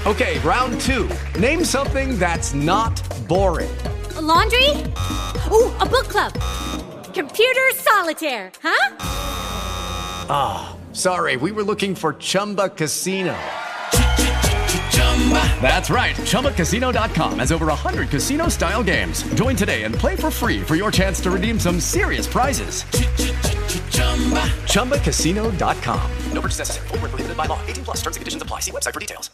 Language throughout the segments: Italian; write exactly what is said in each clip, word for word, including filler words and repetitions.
Okay, round two. Name something that's not boring. A laundry? Ooh, a book club. Computer solitaire, huh? Ah, oh, sorry, we were looking for Chumba Casino. That's right, Chumba Casino dot com has over one hundred casino-style games. Join today and play for free for your chance to redeem some serious prizes. Chumba Casino dot com. No purchase necessary. Void where prohibited by law. eighteen plus terms and conditions apply. See website for details.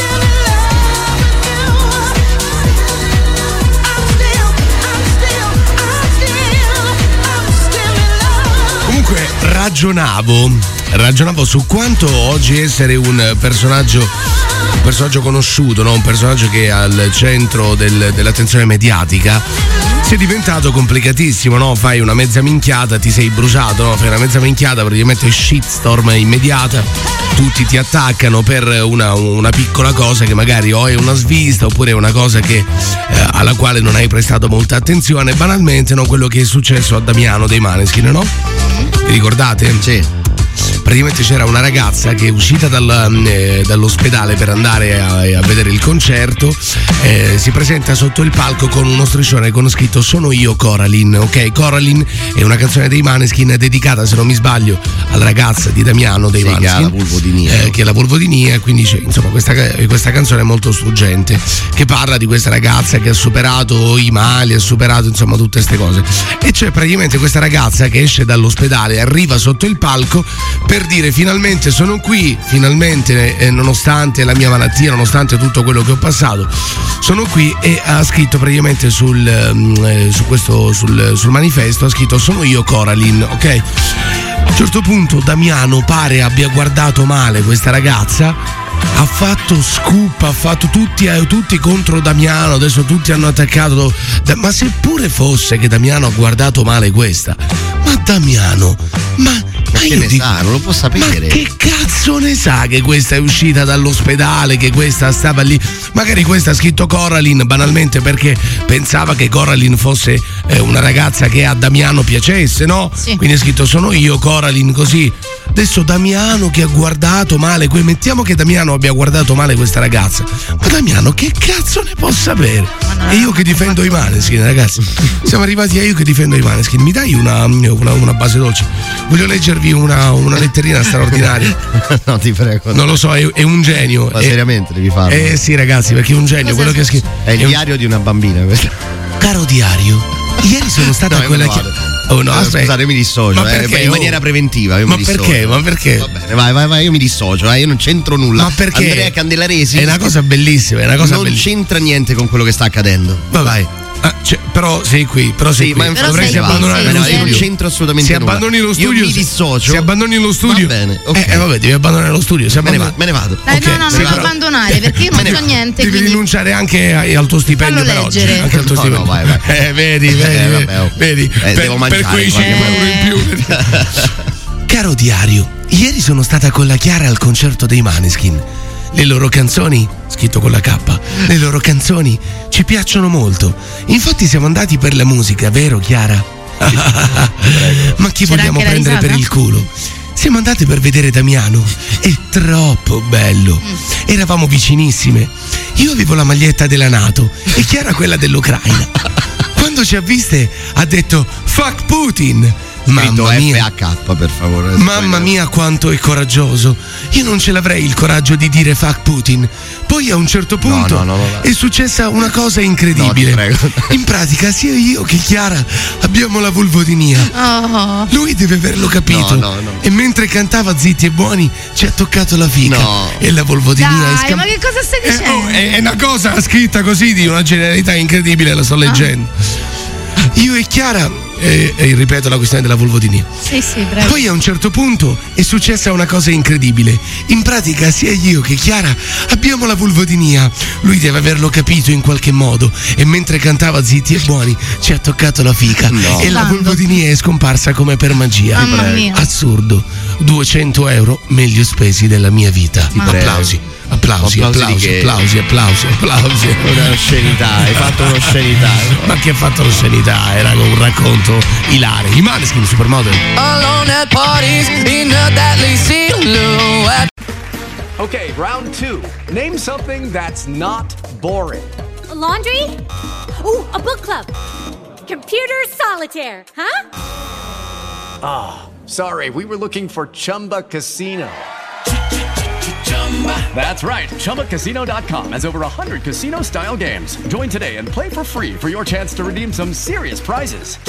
Comunque ragionavo, ragionavo su quanto oggi essere un personaggio, un personaggio conosciuto, no? Un personaggio che è al centro del, dell'attenzione mediatica, sia diventato complicatissimo, no? Fai una mezza minchiata, ti sei bruciato, no? Fai una mezza minchiata, praticamente shitstorm immediata, tutti ti attaccano per una, una piccola cosa che magari o è una svista oppure è una cosa che, eh, alla quale non hai prestato molta attenzione. Banalmente, no? Quello che è successo a Damiano dei Maneskin, no? Vi ricordate? Sì. Praticamente c'era una ragazza che è uscita dal, eh, dall'ospedale per andare a, a vedere il concerto, eh, si presenta sotto il palco con uno striscione con scritto "Sono io Coraline", ok? Coraline è una canzone dei Maneskin dedicata, se non mi sbaglio, alla ragazza di Damiano dei sì, Maneskin, che, ha la vulvodinia, eh, che è la vulvodinia, quindi c'è, insomma questa, questa canzone è molto struggente, che parla di questa ragazza che ha superato i mali, ha superato insomma tutte queste cose, e c'è praticamente questa ragazza che esce dall'ospedale, arriva sotto il palco per dire finalmente sono qui, finalmente, eh, nonostante la mia malattia, nonostante tutto quello che ho passato, sono qui, e ha scritto praticamente sul, eh, su questo, sul, sul manifesto, ha scritto "Sono io Coraline", ok? A un certo punto Damiano pare abbia guardato male questa ragazza, ha fatto scoop, ha fatto tutti, eh, tutti contro Damiano, adesso tutti hanno attaccato, ma seppure fosse che Damiano ha guardato male questa, ma Damiano, ma Ma che ne dico, sa, non lo può sapere. Ma che cazzo ne sa che questa è uscita dall'ospedale, che questa stava lì? Magari questa ha scritto Coraline banalmente perché pensava che Coraline fosse eh, una ragazza che a Damiano piacesse, no? Sì. Quindi ha scritto "Sono io Coraline", così. Adesso Damiano che ha guardato male, mettiamo che Damiano abbia guardato male questa ragazza, ma Damiano che cazzo ne può sapere? E io che difendo i Maneskin, ragazzi, siamo arrivati a io che difendo i Maneskin. Mi dai una, una, una base dolce? Voglio leggervi una, una letterina straordinaria. No, ti prego. Non lo so, è, è un genio. Ma è, seriamente devi farlo? Eh sì, ragazzi, perché è un genio. Quello che ha scritto. È il è un... diario di una bambina questo. Caro diario, ieri sono stata no, a quella che... Oh no, eh, aspetta. Scusate, io mi dissocio, Ma eh, perché? in maniera preventiva. Io Ma mi perché? dissocio. Ma perché? Va bene, vai, vai, vai, io mi dissocio, eh, io non c'entro nulla. Ma perché? Andrea Candelaresi È una cosa bellissima, è una cosa non bellissima. c'entra niente con quello che sta accadendo. Ma vai. Ah, cioè, però sei qui, però sei sì, qui. ma infatti dovresti sei qui, abbandonare sì, lo sì. studio. Io non c'entro assolutamente se nulla. abbandoni lo studio, Io mi dissocio. Se abbandoni lo studio. Va bene, ok. Eh, eh vabbè, devi abbandonare lo studio. Se Me ne, abbandoni... va, me ne vado. Dai, Ok, no, no, sì, non lo però- abbandonare perché io non Me ne so va. niente. Devi Quindi rinunciare anche ai- al tuo stipendio Fallo per oggi. leggere. Anche al tuo No, stipendio. no, vai, vai. Eh, vedi, vedi, Eh, vedi, vabbè, oh. vedi. Eh, per, devo mangiare, per quei qualche cinque euro in più. Caro diario, ieri sono stata con la Chiara al concerto dei Maneskin. Le loro canzoni, scritto con la K, le loro canzoni ci piacciono molto. Infatti siamo andati per la musica, vero Chiara? Ma chi C'era vogliamo anche la prendere risata? per il culo? Siamo andati per vedere Damiano. È troppo bello. Eravamo vicinissime. Io avevo la maglietta della NATO e Chiara quella dell'Ucraina. Quando ci ha viste ha detto "Fuck Putin". Mamma mia. F H per favore. Mamma mia quanto è coraggioso. Io non ce l'avrei il coraggio di dire "fuck Putin". Poi a un certo punto no, no, no, no. è successa una cosa incredibile. No, ti prego. In pratica sia io che Chiara abbiamo la vulvodinia. Oh. Lui deve averlo capito. No, no, no. E mentre cantava Zitti e Buoni ci ha toccato la fica. No. E la vulvodinia è Dai, scam- ma che cosa stai Eh, dicendo? oh, è, è una cosa scritta così di una genialità incredibile, la sto leggendo. Io e Chiara, e, e ripeto la questione della vulvodinia. Sì, sì, prego. Poi a un certo punto è successa una cosa incredibile. In pratica sia io che Chiara abbiamo la vulvodinia. Lui deve averlo capito in qualche modo. E mentre cantava Zitti e Buoni ci ha toccato la fica. No. E la Quando? vulvodinia è scomparsa come per magia. Mamma mia. Assurdo. duecento euro meglio spesi della mia vita. prego. Applausi. Applausi, Applausi applausi, di che? applausi, applausi, applausi. Un'oscenità, hai fatto un'oscenità. Ma che ha fatto l'oscenità? Era un racconto ilare. I Maneskin Supermodel. Alone at parties in a deadly silhouette. Okay, round two. Name something that's not boring. A laundry? Ooh, a book club. Computer solitaire, huh? Ah, oh, sorry, we were looking for Chumba Casino. That's right. Chumba Casino dot com has over one hundred casino-style games. Join today and play for free for your chance to redeem some serious prizes.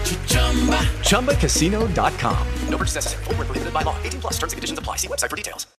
Chumba Casino dot com. No purchase necessary. Void where prohibited by law. eighteen plus terms and conditions apply. See website for details.